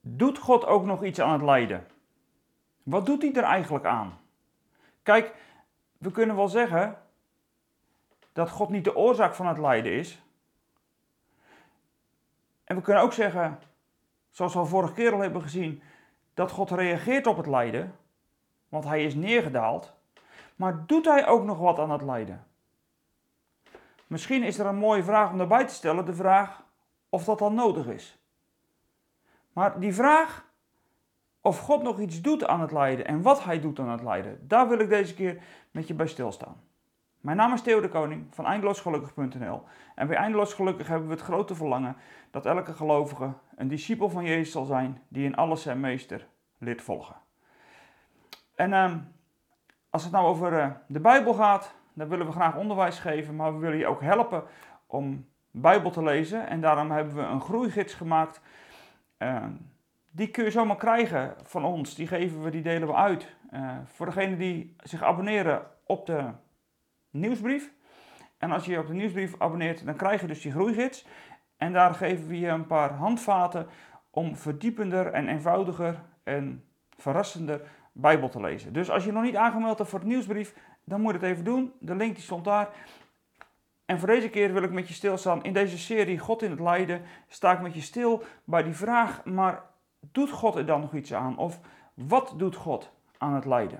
Doet God ook nog iets aan het lijden? Wat doet hij er eigenlijk aan? Kijk, we kunnen wel zeggen dat God niet de oorzaak van het lijden is. En we kunnen ook zeggen, zoals we al vorige keer al hebben gezien, dat God reageert op het lijden, want hij is neergedaald. Maar doet hij ook nog wat aan het lijden? Misschien is er een mooie vraag om daarbij te stellen, de vraag of dat dan nodig is. Maar die vraag of God nog iets doet aan het lijden en wat hij doet aan het lijden, daar wil ik deze keer met je bij stilstaan. Mijn naam is Theo de Koning van eindeloosgelukkig.nl en bij Eindeloos Gelukkig hebben we het grote verlangen dat elke gelovige een discipel van Jezus zal zijn die in alles zijn meester leert volgen. En als het nou over de Bijbel gaat, dan willen we graag onderwijs geven, maar we willen je ook helpen om Bijbel te lezen. En daarom hebben we een groeigids gemaakt. Die kun je zomaar krijgen van ons. Die delen we uit. Voor degenen die zich abonneren op de nieuwsbrief. En als je je op de nieuwsbrief abonneert, dan krijg je dus die groeigids. En daar geven we je een paar handvaten om verdiepender en eenvoudiger en verrassender Bijbel te lezen. Dus als je nog niet aangemeld hebt voor de nieuwsbrief, dan moet je het even doen. De link die stond daar. En voor deze keer wil ik met je stilstaan. In deze serie God in het lijden sta ik met je stil bij die vraag, maar doet God er dan nog iets aan? Of wat doet God aan het lijden?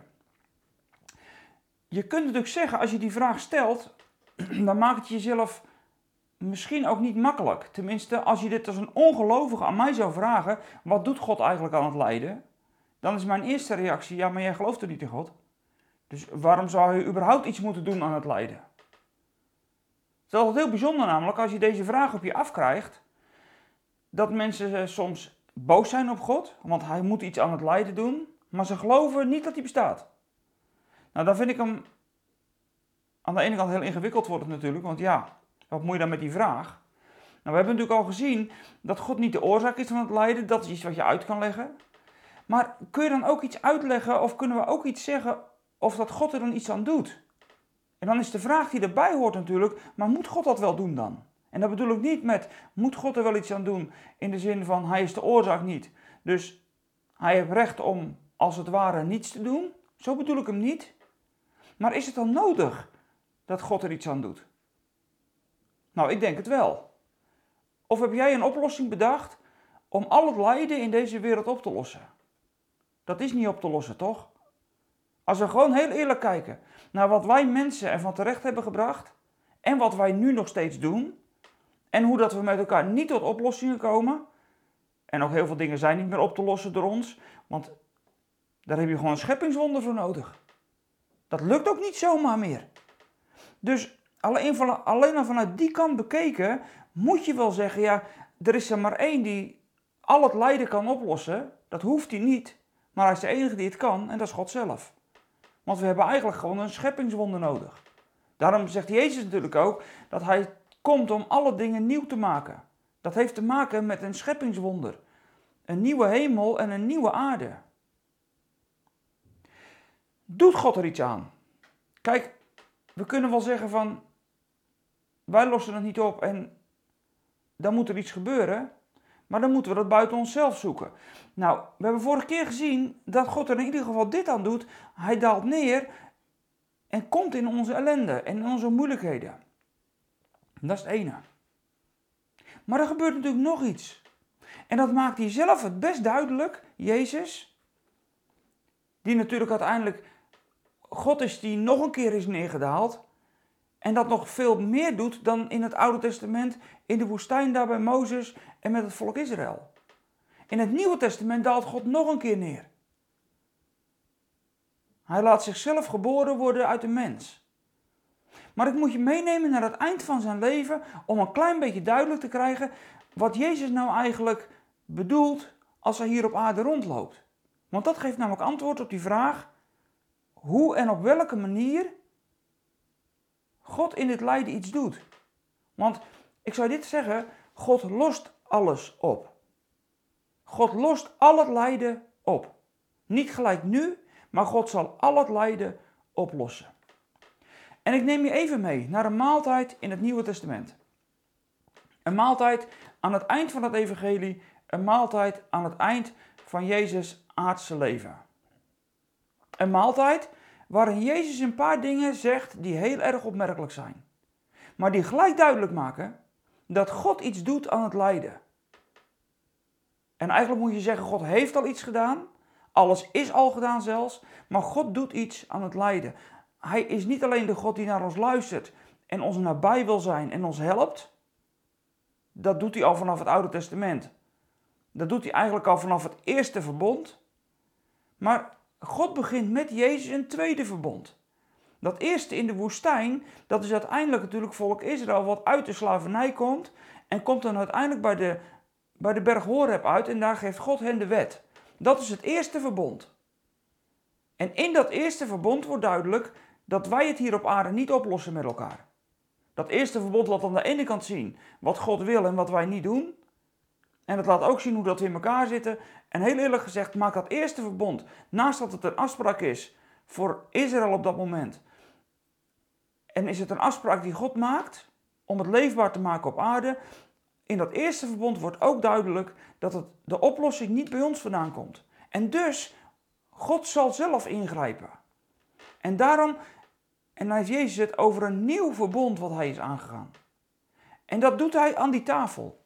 Je kunt natuurlijk zeggen, als je die vraag stelt, dan maakt het jezelf misschien ook niet makkelijk. Tenminste, als je dit als een ongelovige aan mij zou vragen, wat doet God eigenlijk aan het lijden? Dan is mijn eerste reactie, ja, maar jij gelooft er niet in God. Dus waarom zou je überhaupt iets moeten doen aan het lijden? Het is altijd heel bijzonder namelijk, als je deze vraag op je afkrijgt, dat mensen soms boos zijn op God, want hij moet iets aan het lijden doen, maar ze geloven niet dat hij bestaat. Nou, dan vind ik hem aan de ene kant heel ingewikkeld worden natuurlijk, want ja, wat moet je dan met die vraag? Nou, we hebben natuurlijk al gezien dat God niet de oorzaak is van het lijden, dat is iets wat je uit kan leggen. Maar kun je dan ook iets uitleggen of kunnen we ook iets zeggen of dat God er dan iets aan doet? En dan is de vraag die erbij hoort natuurlijk, maar moet God dat wel doen dan? En dat bedoel ik niet met, moet God er wel iets aan doen in de zin van, hij is de oorzaak niet. Dus hij heeft recht om, als het ware, niets te doen. Zo bedoel ik hem niet. Maar is het dan nodig dat God er iets aan doet? Nou, ik denk het wel. Of heb jij een oplossing bedacht om al het lijden in deze wereld op te lossen? Dat is niet op te lossen, toch? Als we gewoon heel eerlijk kijken naar wat wij mensen ervan terecht hebben gebracht en wat wij nu nog steeds doen en hoe dat we met elkaar niet tot oplossingen komen. En ook heel veel dingen zijn niet meer op te lossen door ons, want daar heb je gewoon een scheppingswonder voor nodig. Dat lukt ook niet zomaar meer. Dus alleen al vanuit die kant bekeken moet je wel zeggen, ja, er is er maar één die al het lijden kan oplossen. Dat hoeft hij niet, maar hij is de enige die het kan en dat is God zelf. Want we hebben eigenlijk gewoon een scheppingswonder nodig. Daarom zegt Jezus natuurlijk ook dat hij komt om alle dingen nieuw te maken. Dat heeft te maken met een scheppingswonder. Een nieuwe hemel en een nieuwe aarde. Doet God er iets aan? Kijk, we kunnen wel zeggen van, wij lossen het niet op en dan moet er iets gebeuren. Maar dan moeten we dat buiten onszelf zoeken. Nou, we hebben vorige keer gezien dat God er in ieder geval dit aan doet. Hij daalt neer en komt in onze ellende en in onze moeilijkheden. Dat is het ene. Maar er gebeurt natuurlijk nog iets. En dat maakt hij zelf het best duidelijk, Jezus. Die natuurlijk uiteindelijk God is die nog een keer is neergedaald. En dat nog veel meer doet dan in het Oude Testament in de woestijn daar bij Mozes en met het volk Israël. In het Nieuwe Testament daalt God nog een keer neer. Hij laat zichzelf geboren worden uit een mens. Maar ik moet je meenemen naar het eind van zijn leven om een klein beetje duidelijk te krijgen wat Jezus nou eigenlijk bedoelt als hij hier op aarde rondloopt. Want dat geeft namelijk antwoord op die vraag hoe en op welke manier God in dit lijden iets doet. Want ik zou dit zeggen, God lost alles op. God lost al het lijden op. Niet gelijk nu, maar God zal al het lijden oplossen. En ik neem je even mee naar een maaltijd in het Nieuwe Testament. Een maaltijd aan het eind van het evangelie een maaltijd aan het eind van Jezus' aardse leven. Een maaltijd waarin Jezus een paar dingen zegt die heel erg opmerkelijk zijn. Maar die gelijk duidelijk maken dat God iets doet aan het lijden. En eigenlijk moet je zeggen, God heeft al iets gedaan. Alles is al gedaan zelfs. Maar God doet iets aan het lijden. Hij is niet alleen de God die naar ons luistert en ons nabij wil zijn en ons helpt. Dat doet hij al vanaf het Oude Testament. Dat doet hij eigenlijk al vanaf het eerste verbond. Maar God begint met Jezus een tweede verbond. Dat eerste in de woestijn, dat is uiteindelijk natuurlijk volk Israël wat uit de slavernij komt. En komt dan uiteindelijk bij de berg Horeb uit en daar geeft God hen de wet. Dat is het eerste verbond. En in dat eerste verbond wordt duidelijk dat wij het hier op aarde niet oplossen met elkaar. Dat eerste verbond laat aan de ene kant zien wat God wil en wat wij niet doen. En het laat ook zien hoe dat we in elkaar zitten. En heel eerlijk gezegd maakt dat eerste verbond, naast dat het een afspraak is voor Israël op dat moment. En is het een afspraak die God maakt om het leefbaar te maken op aarde. In dat eerste verbond wordt ook duidelijk dat de oplossing niet bij ons vandaan komt. En dus, God zal zelf ingrijpen. En daarom, en dan heeft Jezus het over een nieuw verbond wat hij is aangegaan. En dat doet hij aan die tafel.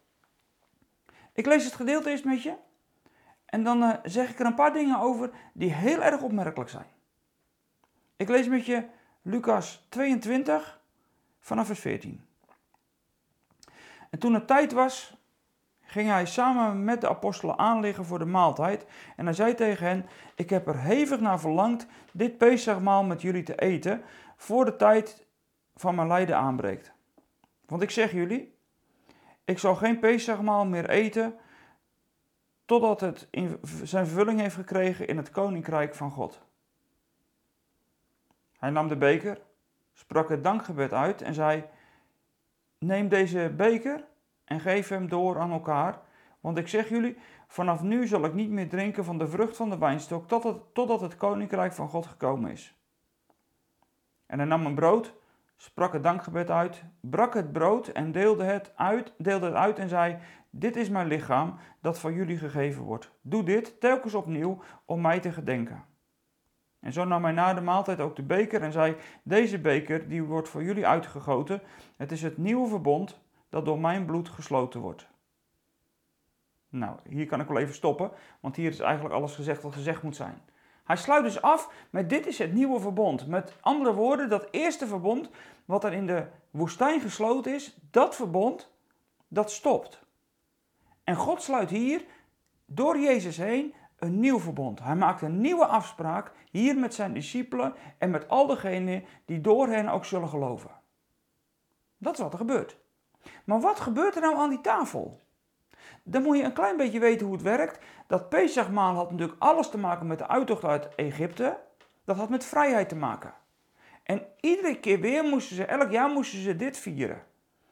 Ik lees het gedeelte eerst met je. En dan zeg ik er een paar dingen over die heel erg opmerkelijk zijn. Ik lees met je Lucas 22 vanaf vers 14. En toen het tijd was, ging hij samen met de apostelen aanliggen voor de maaltijd. En hij zei tegen hen, ik heb er hevig naar verlangd dit Pesachmaal met jullie te eten, voor de tijd van mijn lijden aanbreekt. Want ik zeg jullie, ik zal geen Pesachmaal meer eten, totdat het in zijn vervulling heeft gekregen in het koninkrijk van God. Hij nam de beker, sprak het dankgebed uit en zei, neem deze beker en geef hem door aan elkaar, want ik zeg jullie, vanaf nu zal ik niet meer drinken van de vrucht van de wijnstok, totdat het koninkrijk van God gekomen is. En hij nam een brood, sprak het dankgebed uit, brak het brood en deelde het uit en zei, dit is mijn lichaam dat van jullie gegeven wordt. Doe dit telkens opnieuw om mij te gedenken. En zo nam hij na de maaltijd ook de beker en zei, deze beker die wordt voor jullie uitgegoten. Het is het nieuwe verbond dat door mijn bloed gesloten wordt. Nou, hier kan ik wel even stoppen, want hier is eigenlijk alles gezegd wat gezegd moet zijn. Hij sluit dus af met dit is het nieuwe verbond. Met andere woorden, dat eerste verbond wat er in de woestijn gesloten is, dat verbond, dat stopt. En God sluit hier door Jezus heen een nieuw verbond. Hij maakt een nieuwe afspraak hier met zijn discipelen en met al degenen die door hen ook zullen geloven. Dat is wat er gebeurt. Maar wat gebeurt er nou aan die tafel? Dan moet je een klein beetje weten hoe het werkt. Dat Pesachmaal had natuurlijk alles te maken met de uittocht uit Egypte. Dat had met vrijheid te maken. En iedere keer weer elk jaar moesten ze dit vieren.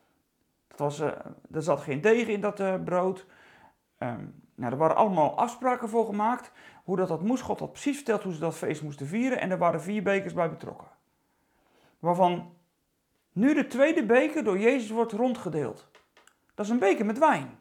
Er zat geen deeg in dat brood. Er waren allemaal afspraken voor gemaakt. Hoe dat moest. God had precies verteld hoe ze dat feest moesten vieren. En er waren 4 bekers bij betrokken. Waarvan nu de tweede beker door Jezus wordt rondgedeeld. Dat is een beker met wijn.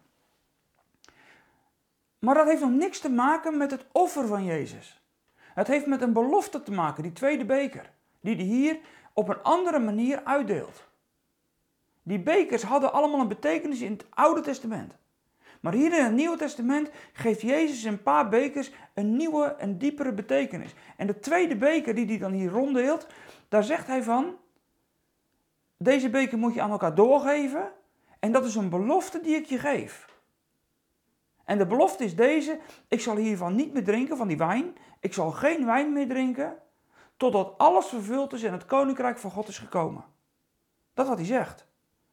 Maar dat heeft nog niks te maken met het offer van Jezus. Het heeft met een belofte te maken, die tweede beker. Die hij hier op een andere manier uitdeelt. Die bekers hadden allemaal een betekenis in het Oude Testament. Maar hier in het Nieuwe Testament geeft Jezus een paar bekers een nieuwe en diepere betekenis. En de tweede beker die hij dan hier ronddeelt, daar zegt hij van, deze beker moet je aan elkaar doorgeven en dat is een belofte die ik je geef. En de belofte is deze, ik zal hiervan niet meer drinken, van die wijn. Ik zal geen wijn meer drinken, totdat alles vervuld is en het koninkrijk van God is gekomen. Dat is wat hij zegt.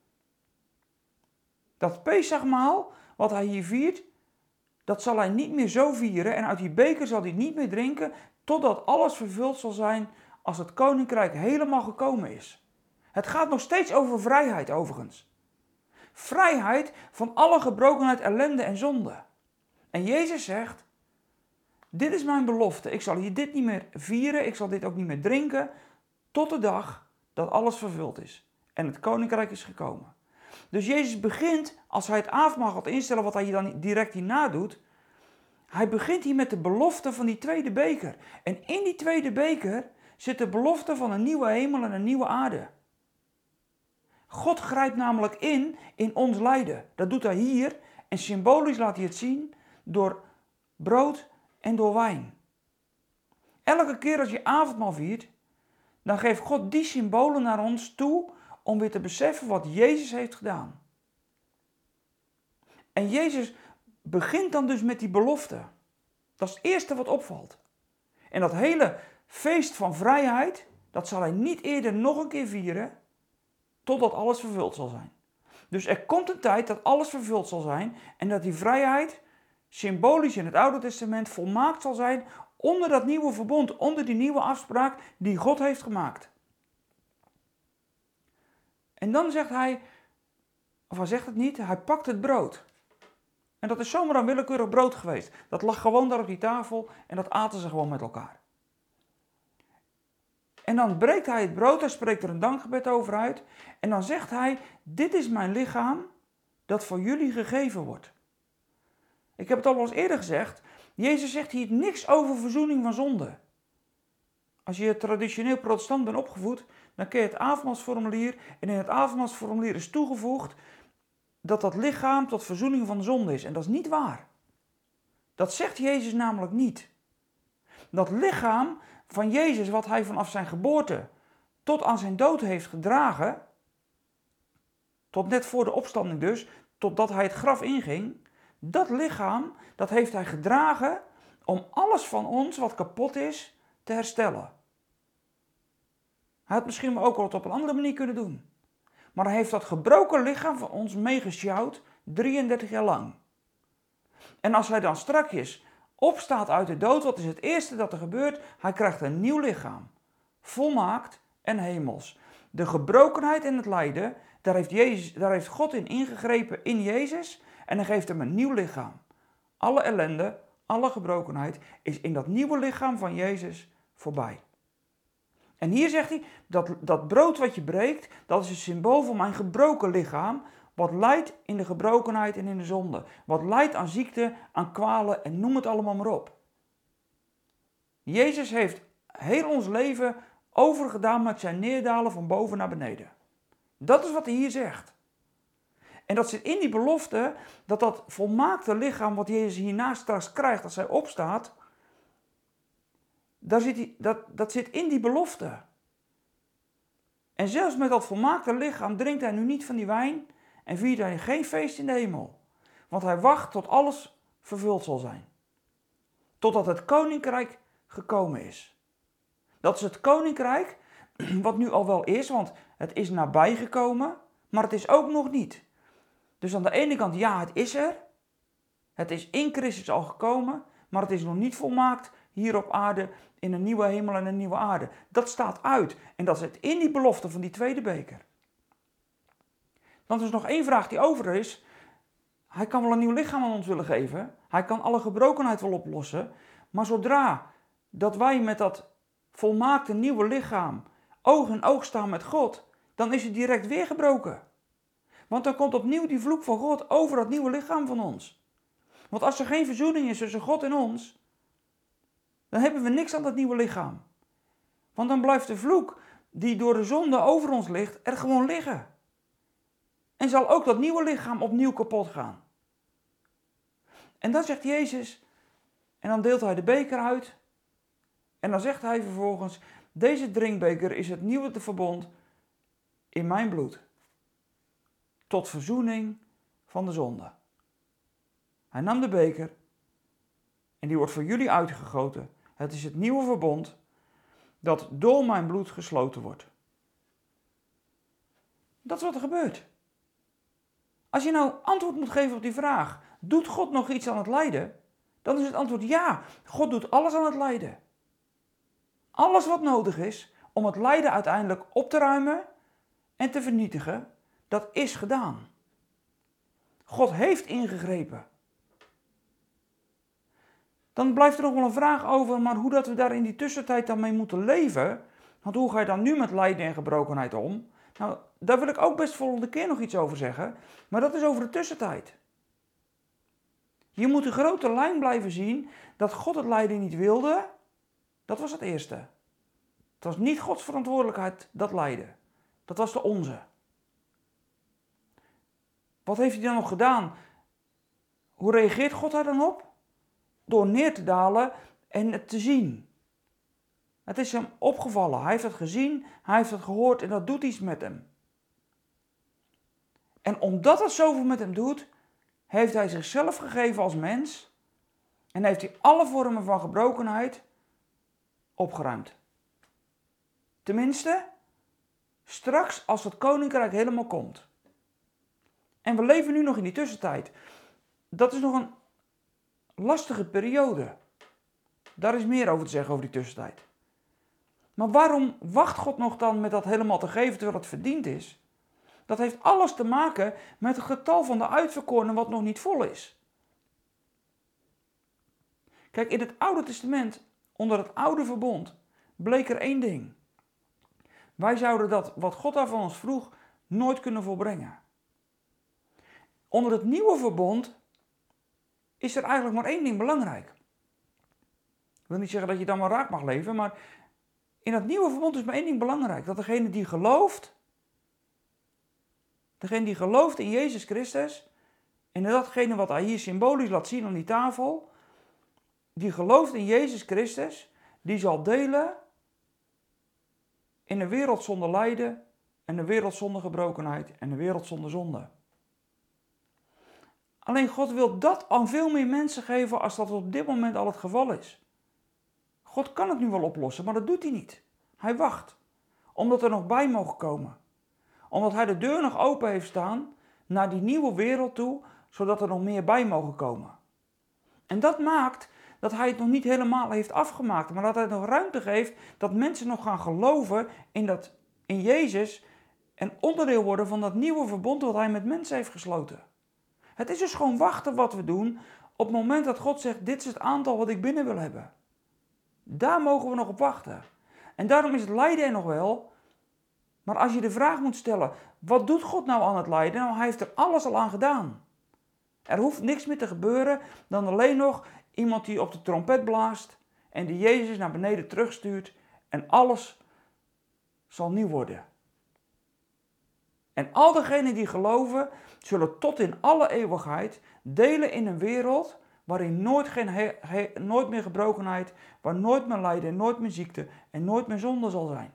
Dat Pesachmaal, wat hij hier viert, dat zal hij niet meer zo vieren. En uit die beker zal hij niet meer drinken, totdat alles vervuld zal zijn als het koninkrijk helemaal gekomen is. Het gaat nog steeds over vrijheid overigens. Vrijheid van alle gebrokenheid, ellende en zonde. En Jezus zegt, dit is mijn belofte. Ik zal hier dit niet meer vieren, ik zal dit ook niet meer drinken, tot de dag dat alles vervuld is. En het koninkrijk is gekomen. Dus Jezus begint, als hij het avondmaal gaat instellen, wat hij dan direct hierna doet, hij begint hier met de belofte van die tweede beker. En in die tweede beker zit de belofte van een nieuwe hemel en een nieuwe aarde. God grijpt namelijk in ons lijden. Dat doet hij hier en symbolisch laat hij het zien door brood en door wijn. Elke keer als je avondmaal viert, dan geeft God die symbolen naar ons toe om weer te beseffen wat Jezus heeft gedaan. En Jezus begint dan dus met die belofte. Dat is het eerste wat opvalt. En dat hele feest van vrijheid, dat zal hij niet eerder nog een keer vieren, totdat alles vervuld zal zijn. Dus er komt een tijd dat alles vervuld zal zijn en dat die vrijheid, symbolisch in het Oude Testament, volmaakt zal zijn onder dat nieuwe verbond, onder die nieuwe afspraak die God heeft gemaakt. En dan zegt hij, of hij zegt het niet, hij pakt het brood. En dat is zomaar een willekeurig brood geweest. Dat lag gewoon daar op die tafel en dat aten ze gewoon met elkaar. En dan breekt hij het brood, hij spreekt er een dankgebed over uit. En dan zegt hij, dit is mijn lichaam dat voor jullie gegeven wordt. Ik heb het al wel eens eerder gezegd, Jezus zegt hier niks over verzoening van zonde. Als je traditioneel protestant bent opgevoed, dan ken je het avondmaalsformulier. En in het avondmaalsformulier is toegevoegd dat dat lichaam tot verzoening van de zonde is. En dat is niet waar. Dat zegt Jezus namelijk niet. Dat lichaam van Jezus, wat hij vanaf zijn geboorte tot aan zijn dood heeft gedragen, tot net voor de opstanding dus, totdat hij het graf inging, dat lichaam, dat heeft hij gedragen om alles van ons wat kapot is, te herstellen. Hij had misschien ook wel op een andere manier kunnen doen. Maar hij heeft dat gebroken lichaam van ons meegesjouwd 33 jaar lang. En als hij dan strakjes opstaat uit de dood, wat is het eerste dat er gebeurt? Hij krijgt een nieuw lichaam. Volmaakt en hemels. De gebrokenheid en het lijden, daar heeft God in ingegrepen in Jezus. En hij geeft hem een nieuw lichaam. Alle ellende, alle gebrokenheid is in dat nieuwe lichaam van Jezus voorbij. En hier zegt hij, dat brood wat je breekt, dat is een symbool van mijn gebroken lichaam, wat lijdt in de gebrokenheid en in de zonde. Wat lijdt aan ziekte, aan kwalen en noem het allemaal maar op. Jezus heeft heel ons leven overgedaan met zijn neerdalen van boven naar beneden. Dat is wat hij hier zegt. En dat zit in die belofte, dat volmaakte lichaam wat Jezus hierna straks krijgt als hij opstaat, dat zit in die belofte. En zelfs met dat volmaakte lichaam drinkt hij nu niet van die wijn en viert hij geen feest in de hemel. Want hij wacht tot alles vervuld zal zijn. Totdat het koninkrijk gekomen is. Dat is het koninkrijk wat nu al wel is, want het is nabijgekomen, maar het is ook nog niet. Dus aan de ene kant, ja, het is er. Het is in Christus al gekomen, maar het is nog niet volmaakt hier op aarde in een nieuwe hemel en een nieuwe aarde. Dat staat uit en dat zit in die belofte van die tweede beker. Dan is er nog één vraag die over is. Hij kan wel een nieuw lichaam aan ons willen geven. Hij kan alle gebrokenheid wel oplossen. Maar zodra dat wij met dat volmaakte nieuwe lichaam oog in oog staan met God, dan is het direct weer gebroken. Want dan komt opnieuw die vloek van God over dat nieuwe lichaam van ons. Want als er geen verzoening is tussen God en ons, dan hebben we niks aan dat nieuwe lichaam. Want dan blijft de vloek die door de zonde over ons ligt, er gewoon liggen. En zal ook dat nieuwe lichaam opnieuw kapot gaan. En dan zegt Jezus, en dan deelt hij de beker uit. En dan zegt hij vervolgens, deze drinkbeker is het nieuwe verbond in mijn bloed. Tot verzoening van de zonde. Hij nam de beker en die wordt voor jullie uitgegoten. Het is het nieuwe verbond dat door mijn bloed gesloten wordt. Dat is wat er gebeurt. Als je nou antwoord moet geven op die vraag, doet God nog iets aan het lijden? Dan is het antwoord ja, God doet alles aan het lijden. Alles wat nodig is om het lijden uiteindelijk op te ruimen en te vernietigen, dat is gedaan. God heeft ingegrepen. Dan blijft er nog wel een vraag over, maar hoe dat we daar in die tussentijd dan mee moeten leven. Want hoe ga je dan nu met lijden en gebrokenheid om? Nou, daar wil ik ook best volgende keer nog iets over zeggen. Maar dat is over de tussentijd. Je moet de grote lijn blijven zien dat God het lijden niet wilde. Dat was het eerste. Het was niet Gods verantwoordelijkheid, dat lijden. Dat was de onze. Wat heeft hij dan nog gedaan? Hoe reageert God daar dan op? Door neer te dalen en het te zien. Het is hem opgevallen. Hij heeft het gezien, hij heeft het gehoord en dat doet iets met hem. En omdat het zoveel met hem doet, heeft hij zichzelf gegeven als mens en heeft hij alle vormen van gebrokenheid opgeruimd. Tenminste, straks als het koninkrijk helemaal komt. En we leven nu nog in die tussentijd. Dat is nog een lastige periode. Daar is meer over te zeggen over die tussentijd. Maar waarom wacht God nog dan met dat helemaal te geven terwijl het verdiend is? Dat heeft alles te maken met het getal van de uitverkorenen wat nog niet vol is. Kijk, in het Oude Testament, onder het oude verbond, bleek er één ding. Wij zouden dat wat God daar van ons vroeg nooit kunnen volbrengen. Onder het nieuwe verbond is er eigenlijk maar één ding belangrijk. Ik wil niet zeggen dat je dan maar raak mag leven, maar in het nieuwe verbond is maar één ding belangrijk. Dat degene die gelooft in Jezus Christus, en datgene wat hij hier symbolisch laat zien aan die tafel, die gelooft in Jezus Christus, die zal delen in een wereld zonder lijden en een wereld zonder gebrokenheid en een wereld zonder zonde. Alleen God wil dat aan veel meer mensen geven als dat op dit moment al het geval is. God kan het nu wel oplossen, maar dat doet hij niet. Hij wacht, omdat er nog bij mogen komen. Omdat hij de deur nog open heeft staan naar die nieuwe wereld toe, zodat er nog meer bij mogen komen. En dat maakt dat hij het nog niet helemaal heeft afgemaakt, maar dat hij nog ruimte geeft dat mensen nog gaan geloven in Jezus en onderdeel worden van dat nieuwe verbond wat hij met mensen heeft gesloten. Het is dus gewoon wachten wat we doen op het moment dat God zegt, dit is het aantal wat ik binnen wil hebben. Daar mogen we nog op wachten. En daarom is het lijden er nog wel. Maar als je de vraag moet stellen, wat doet God nou aan het lijden? Nou, hij heeft er alles al aan gedaan. Er hoeft niks meer te gebeuren dan alleen nog iemand die op de trompet blaast en die Jezus naar beneden terugstuurt en alles zal nieuw worden. En al diegenen die geloven, zullen tot in alle eeuwigheid delen in een wereld waarin nooit meer gebrokenheid, waar nooit meer lijden, nooit meer ziekte en nooit meer zonde zal zijn.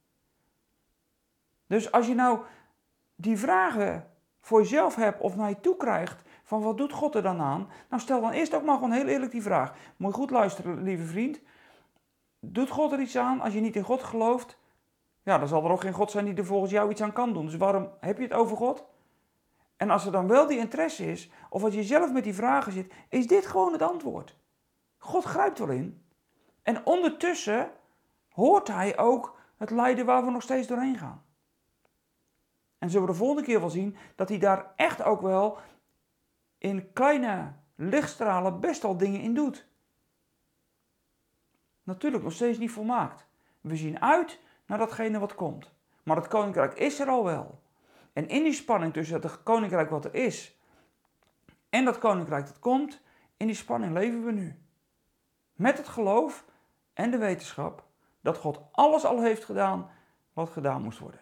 Dus als je nou die vragen voor jezelf hebt of naar je toe krijgt, van wat doet God er dan aan? Nou, stel dan eerst ook maar gewoon heel eerlijk die vraag. Moet je goed luisteren, lieve vriend. Doet God er iets aan als je niet in God gelooft? Ja, dan zal er ook geen God zijn die er volgens jou iets aan kan doen. Dus waarom heb je het over God? En als er dan wel die interesse is, of als je zelf met die vragen zit, is dit gewoon het antwoord. God grijpt wel in. En ondertussen hoort hij ook het lijden waar we nog steeds doorheen gaan. En zullen we de volgende keer wel zien dat hij daar echt ook wel in kleine lichtstralen best al dingen in doet. Natuurlijk nog steeds niet volmaakt. We zien uit naar datgene wat komt. Maar het koninkrijk is er al wel. En in die spanning tussen het koninkrijk wat er is en dat koninkrijk dat komt, in die spanning leven we nu. Met het geloof en de wetenschap dat God alles al heeft gedaan wat gedaan moest worden.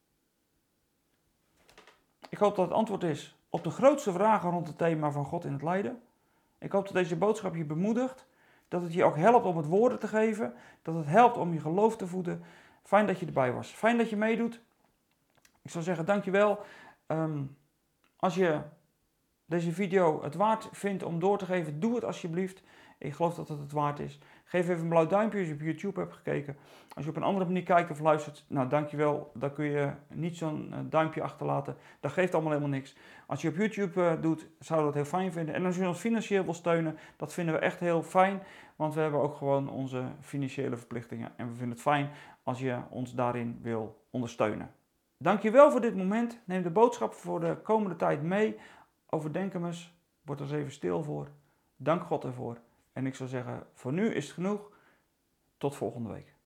Ik hoop dat het antwoord is op de grootste vragen rond het thema van God in het lijden. Ik hoop dat deze boodschap je bemoedigt, dat het je ook helpt om het woorden te geven, dat het helpt om je geloof te voeden. Fijn dat je erbij was. Fijn dat je meedoet. Ik zou zeggen dankjewel. Als je deze video het waard vindt om door te geven, doe het alsjeblieft. Ik geloof dat het waard is. Geef even een blauw duimpje als je op YouTube hebt gekeken. Als je op een andere manier kijkt of luistert, nou dankjewel. Dan kun je niet zo'n duimpje achterlaten. Dat geeft allemaal helemaal niks. Als je op YouTube doet, zouden we het heel fijn vinden. En als je ons financieel wil steunen, dat vinden we echt heel fijn. Want we hebben ook gewoon onze financiële verplichtingen. En we vinden het fijn als je ons daarin wil ondersteunen. Dankjewel voor dit moment. Neem de boodschap voor de komende tijd mee. Overdenk hem eens. Word er eens even stil voor. Dank God ervoor. En ik zou zeggen, voor nu is het genoeg. Tot volgende week.